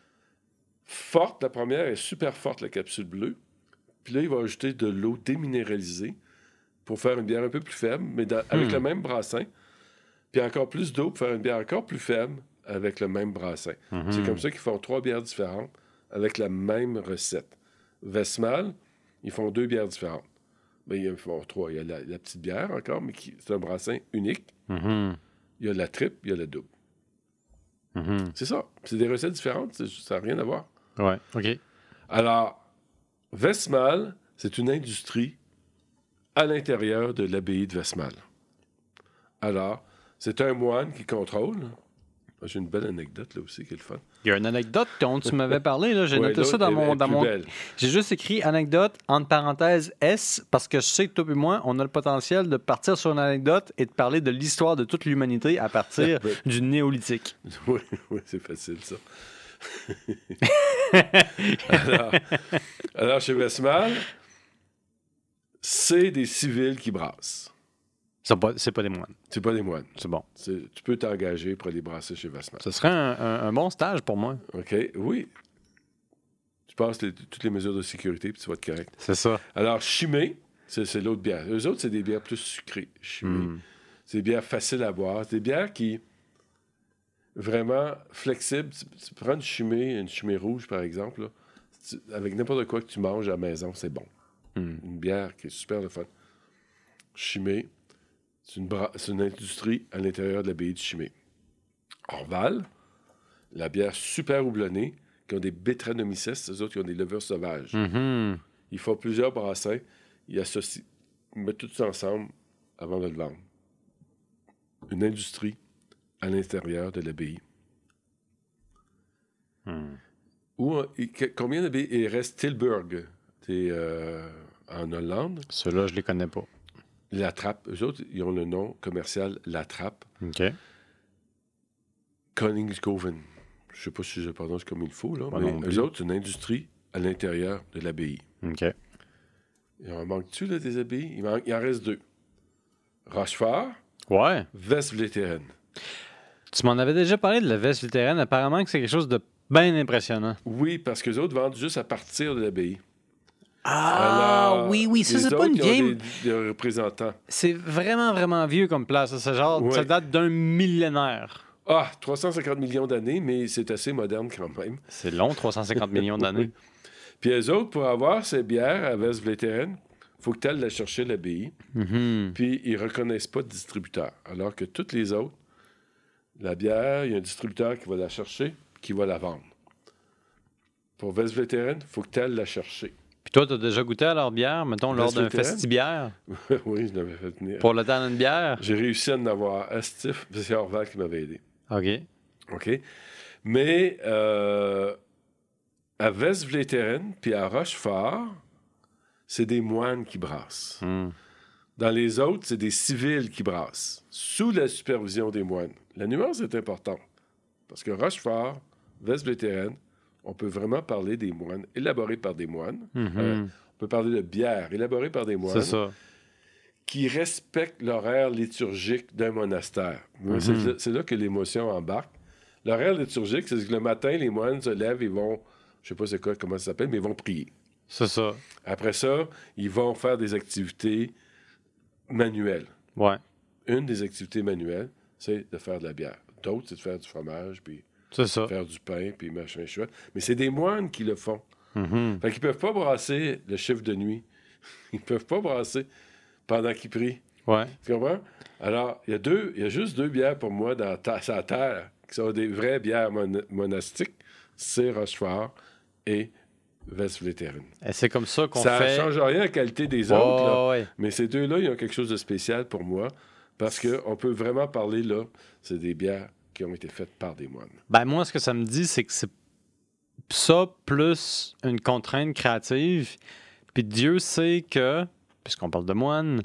Forte, la première est super forte, la capsule bleue. Puis là, il va ajouter de l'eau déminéralisée pour faire une bière un peu plus faible, mais avec le même brassin. Puis encore plus d'eau pour faire une bière encore plus faible avec le même brassin. C'est comme ça qu'ils font 3 bières différentes avec la même recette. Westmalle, ils font 2 bières différentes. Mais ils font 3. Il y a la petite bière encore, mais c'est un brassin unique. Mhm. Il y a la triple, il y a la double. Mhm. C'est ça. C'est des recettes différentes, ça n'a rien à voir. Ouais, OK. Alors, Westmalle, c'est une industrie à l'intérieur de l'abbaye de Westmalle. Alors, c'est un moine qui contrôle. J'ai une belle anecdote là aussi qui est le fun. Il y a une anecdote dont tu m'avais parlé. Là. J'ai Ouais, noté ça l'autre dans est plus mon... belle. J'ai juste écrit anecdote, entre parenthèses S, parce que je sais que toi et moi, on a le potentiel de partir sur une anecdote et de parler de l'histoire de toute l'humanité à partir Ouais. du néolithique. Oui, c'est facile ça. alors, chez Westmalle, c'est des civils qui brassent. C'est pas des moines. C'est pas des moines. C'est bon. Tu peux t'engager pour aller brasser chez Westmalle. Ce serait un bon stage pour moi. OK, oui. tu passes toutes les mesures de sécurité, puis tu vas être correct. C'est ça. Alors, Chimay, c'est l'autre bière. Eux autres, c'est des bières plus sucrées, Chimay. C'est des bières faciles à boire. C'est des bières qui, vraiment flexibles. Tu prends une Chimay rouge, par exemple, là, avec n'importe quoi que tu manges à la maison, c'est bon. Une bière qui est super le fun. Chimay, c'est une industrie à l'intérieur de l'abbaye de Chimay. Orval, la bière super houblonnée, qui ont des Brettanomyces, eux autres qui ont des levures sauvages. Ils font plusieurs brassins, ils associent, ils mettent tout ça ensemble avant de le vendre. Une industrie à l'intérieur de l'abbaye. Combien d'abbayes? Il reste Tilburg, en Hollande. Ceux-là, je les connais pas. La Trappe, eux autres, ils ont le nom commercial La Trappe. OK. Koningshoven. Je sais pas si je le prononce comme il faut, là, mais eux autres, c'est une industrie à l'intérieur de l'abbaye. OK. Il en manque-tu, là, des abbayes? Il en reste 2. Rochefort, Ouais. Westvleteren. Tu m'en avais déjà parlé de la Westvleteren. Apparemment que c'est quelque chose de bien impressionnant. Oui, parce que les autres vendent juste à partir de l'abbaye. Ah, Alors, oui, ça, les c'est pas autres, une ils ont game. des représentants. C'est vraiment, vraiment vieux comme place. C'est genre, Ouais. ça date d'un millénaire. 350 millions d'années, mais c'est assez moderne quand même. C'est long, 350 millions d'années. Puis les autres, pour avoir ces bières à Westvleteren, il faut que tu ailles la chercher à l'abbaye. Puis ils reconnaissent pas de distributeur. Alors que toutes les autres, la bière, il y a un distributeur qui va la chercher, qui va la vendre. Pour Westvleteren, il faut que tu ailles la chercher. Puis toi, t'as déjà goûté à leur bière, mettons, lors d'un Westvleteren? festibière? Oui, je l'avais fait venir. Pour le temps d'une bière? J'ai réussi à en avoir à Stif, puis c'est Orval qui m'avait aidé. OK. Mais à Westvleteren puis à Rochefort, c'est des moines qui brassent. Dans les autres, c'est des civils qui brassent, sous la supervision des moines. La nuance est importante, parce que Rochefort, Westvleteren, on peut vraiment parler des moines, élaborés par des moines. On peut parler de bière, élaborée par des moines. C'est ça. Qui respectent l'horaire liturgique d'un monastère. C'est là que l'émotion embarque. L'horaire liturgique, c'est que le matin, les moines se lèvent, ils vont, je sais pas c'est quoi, comment ça s'appelle, mais ils vont prier. C'est ça. Après ça, ils vont faire des activités manuelles. Ouais. Une des activités manuelles, c'est de faire de la bière. D'autres, c'est de faire du fromage, puis C'est ça. faire du pain, puis machin chouette. Mais c'est des moines qui le font. Fait qu'ils peuvent pas brasser le chiffre de nuit. Ils peuvent pas brasser pendant qu'ils prient. Ouais. Tu comprends? Alors, il y a juste 2 bières pour moi dans sa terre qui sont des vraies bières monastiques. C'est Rochefort et Westvleteren. Et c'est comme ça qu'on Ça fait... ne change rien à la qualité des autres, là. Ouais. Mais ces deux-là, ils ont quelque chose de spécial pour moi parce qu'on peut vraiment parler, là, c'est des bières qui ont été faites par des moines. Ben moi, ce que ça me dit, c'est que c'est ça plus une contrainte créative. Puis Dieu sait que, puisqu'on parle de moines,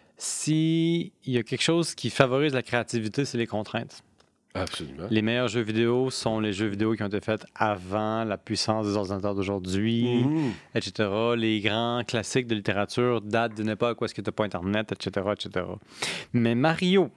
s'il y a quelque chose qui favorise la créativité, c'est les contraintes. Absolument. Les meilleurs jeux vidéo sont les jeux vidéo qui ont été faits avant la puissance des ordinateurs d'aujourd'hui, etc. Les grands classiques de littérature datent d'une époque où est-ce que tu n'as pas Internet, etc., etc. Mais Mario,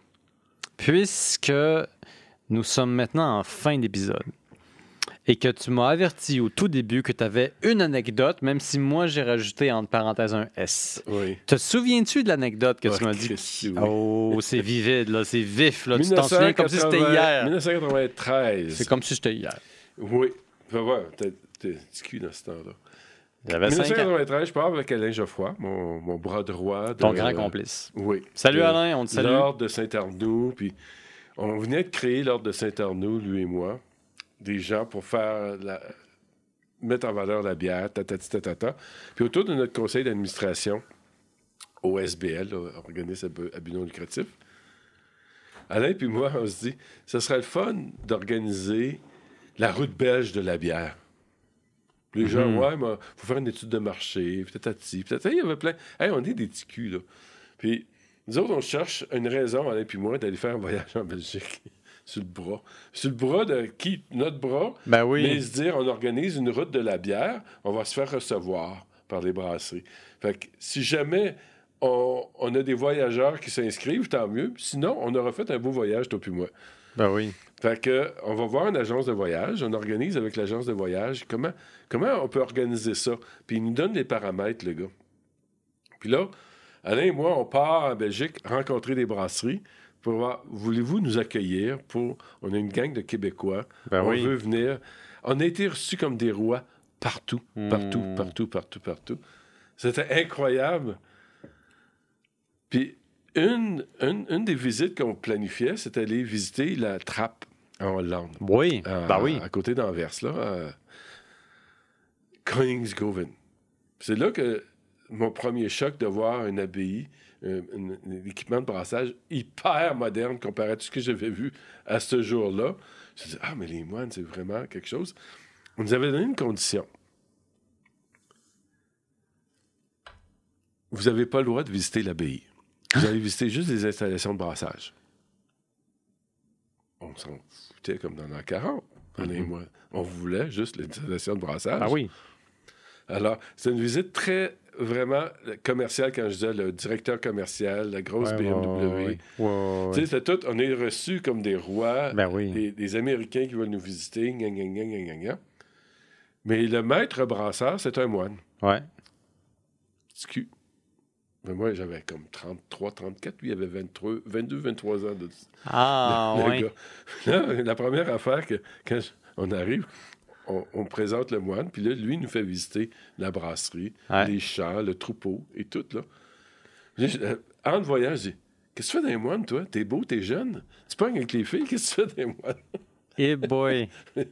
puisque nous sommes maintenant en fin d'épisode et que tu m'as averti au tout début que tu avais une anecdote, même si moi j'ai rajouté entre parenthèses un S. Oui. Te souviens-tu de l'anecdote que tu m'as dit? Christy, oui. Oh, c'est vivide, là, c'est vif, là. Tu t'en souviens comme si c'était hier. 1993. C'est comme si c'était hier. Oui. Fais voir, t'es petit cul dans ce temps-là. J'avais 5 ans. 1993, je pars avec Alain Geoffroy, mon bras droit. Ton grand complice. Oui. Salut Alain, on te salue. L'Ordre de Saint-Arnoux, puis on venait de créer l'Ordre de Saint-Arnoux, lui et moi, des gens pour mettre en valeur la bière, ta. Puis autour de notre conseil d'administration, OSBL, organisme à but non lucratif, Alain puis moi, on se dit, ce serait le fun d'organiser la route belge de la bière. Puis les gens, ouais, mais faut faire une étude de marché, peut-être, il y avait plein. Hey, on est des petits culs, là. Puis nous autres, on cherche une raison, Alain puis moi, d'aller faire un voyage en Belgique. Sur le bras. Sur le bras de qui? Notre bras. Ben oui. Mais se dire, on organise une route de la bière, on va se faire recevoir par les brasseries. Fait que si jamais on a des voyageurs qui s'inscrivent, tant mieux. Sinon, on aura fait un beau voyage, toi puis moi. Ben oui. Fait que, on va voir une agence de voyage, on organise avec l'agence de voyage comment on peut organiser ça. Puis il nous donne les paramètres, le gars. Puis là, Alain et moi, on part en Belgique rencontrer des brasseries pour voir, voulez-vous nous accueillir on a une gang de Québécois, on veut venir. On a été reçus comme des rois partout. C'était incroyable. Puis une des visites qu'on planifiait, c'était aller visiter la Trappe en Hollande. Oui, À côté d'Anvers, là, à Koningshoven. C'est là que mon premier choc de voir une abbaye, un équipement de brassage hyper moderne comparé à tout ce que j'avais vu à ce jour-là. Je me suis dit, mais les moines, c'est vraiment quelque chose. On nous avait donné une condition. Vous n'avez pas le droit de visiter l'abbaye. Vous allez visiter juste les installations de brassage. On s'en foutait comme dans l'an 40. Et moi, on voulait juste les installations de brassage. Ah oui. Alors, c'est une visite vraiment commerciale, quand je disais le directeur commercial, la grosse BMW. Tu sais, c'est tout, on est reçus comme des rois, des Américains qui veulent nous visiter, Mais le maître brasseur, c'est un moine. Ouais. Petit cul. Mais moi, j'avais comme 33, 34. Lui, il avait 22, 23 ans. Le gars. Là, la première affaire, quand on arrive, on présente le moine, puis là, lui, il nous fait visiter la brasserie, les champs, le troupeau et tout, là. En voyage, je dis, qu'est-ce que tu fais d'un moine, toi? T'es beau, t'es jeune? Tu pognes avec les filles? Qu'est-ce que tu fais d'un moine? Eh boy!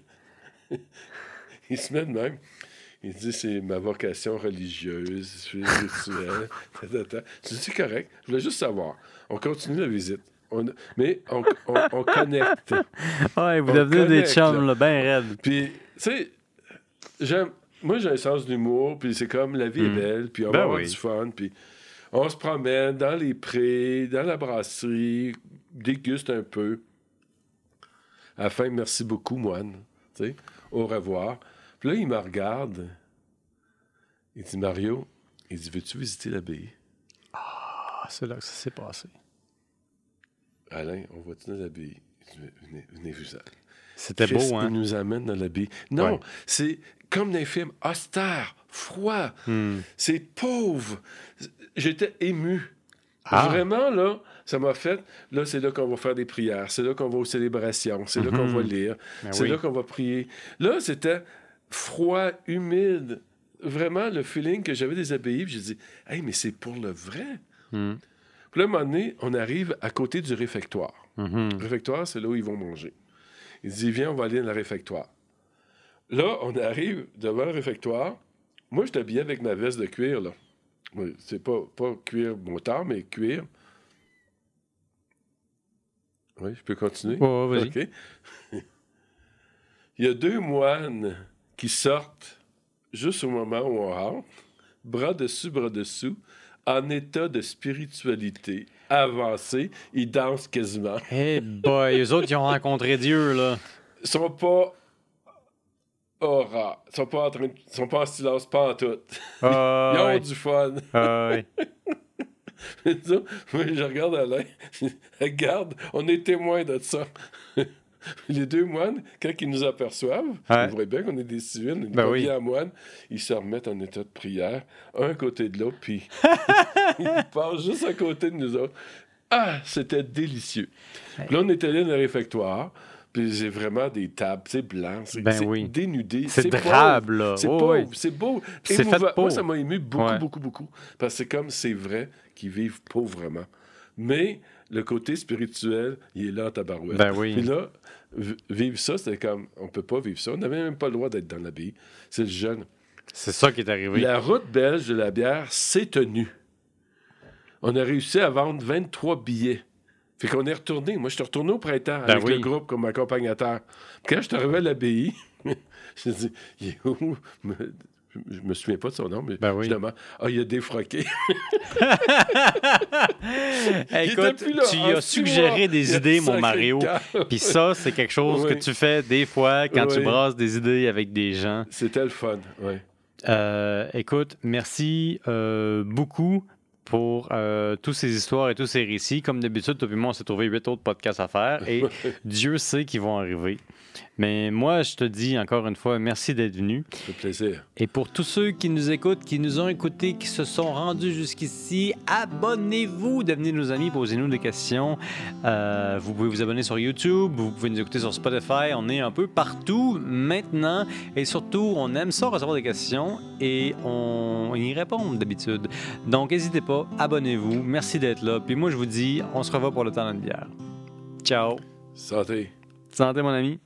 Il se met de même. Il dit, c'est ma vocation religieuse, spirituelle. Je dis, c'est correct. Je voulais juste savoir. On continue la visite. Mais on connecte. Ouais, vous devenez des chums, là, bien raides. Puis, tu sais, moi, j'ai un sens d'humour, puis c'est comme la vie est belle, puis on va avoir du fun, puis on se promène dans les prés, dans la brasserie, déguste un peu. À la fin, merci beaucoup, moine. Tu sais, au revoir. Puis là, il me regarde. Il dit, Mario, il dit, veux-tu visiter l'abbaye? Ah, c'est là que ça s'est passé. Alain, on va-tu dans l'abbaye? Il dit, venez vous en. C'était Christ, beau, hein? Il nous amène dans l'abbaye. Non, c'est comme dans les films, austère, froid. C'est pauvre. J'étais ému. Vraiment, là, ça m'a fait... Là, c'est là qu'on va faire des prières. C'est là qu'on va aux célébrations. C'est là qu'on va lire. C'est là qu'on va prier. Là, c'était froid, humide. Vraiment, le feeling que j'avais des abbayes. Puis j'ai dit, hey, mais c'est pour le vrai. Puis là, à un moment donné, on arrive à côté du réfectoire. Le réfectoire, c'est là où ils vont manger. Il dit, viens, on va aller dans le réfectoire. Là, on arrive devant le réfectoire. Moi, je suis habillé avec ma veste de cuir, là. C'est pas cuir motard, mais cuir. Oui, je peux continuer? Oh, vas-y. OK. Il y a 2 moines qui sortent juste au moment où on rentre, bras dessous, en état de spiritualité avancée. Ils dansent quasiment. Eh boy, eux autres, ils ont rencontré Dieu, là. Ils sont pas aura. Ils sont pas en silence, pas en tout. Ils ont du fun. Moi, je regarde Alain. Regarde, on est témoins de ça. Les 2 moines, quand ils nous aperçoivent, vous voyez bien qu'on est des civils, on à moines, ils se remettent en état de prière, un côté de l'autre, puis ils passent juste à côté de nous autres. Ah, c'était délicieux. Puis là, on est allé dans le réfectoire, puis j'ai vraiment des tables, c'est blanc, c'est dénudé. C'est drabe, là. C'est pauvre, c'est beau. C'est fait pauvre. Moi, ça m'a ému beaucoup. Parce que c'est comme, c'est vrai qu'ils vivent pauvrement. Mais le côté spirituel, il est là en tabarouette. Puis là, vivre ça, c'était comme, on peut pas vivre ça. On n'avait même pas le droit d'être dans l'abbaye. C'est le jeune. C'est ça qui est arrivé. La route belge de la bière s'est tenue. On a réussi à vendre 23 billets. Fait qu'on est retourné. Moi, je suis retourné au printemps avec le groupe comme accompagnateur. Quand je suis arrivé à l'abbaye, je me dis, il est où? Je me souviens pas de son nom, mais justement, il a défroqué. Écoute, tu as suggéré des idées, mon Mario. Puis ça, c'est quelque chose que tu fais des fois quand tu brasses des idées avec des gens. C'était le fun, oui. Écoute, merci beaucoup. pour toutes ces histoires et tous ces récits. Comme d'habitude, toi et moi, on s'est trouvé 8 autres podcasts à faire et Dieu sait qu'ils vont arriver. Mais moi, je te dis encore une fois, merci d'être venu. Ça fait plaisir. Et pour tous ceux qui nous écoutent, qui nous ont écoutés, qui se sont rendus jusqu'ici, abonnez-vous, devenez nos amis, posez-nous des questions. Vous pouvez vous abonner sur YouTube, vous pouvez nous écouter sur Spotify. On est un peu partout maintenant. Et surtout, on aime ça recevoir des questions et on y répond d'habitude. Donc, n'hésitez pas, abonnez-vous. Merci d'être là. Puis moi, je vous dis, on se revoit pour le temps d'une bière. Ciao. Santé. Santé, mon ami.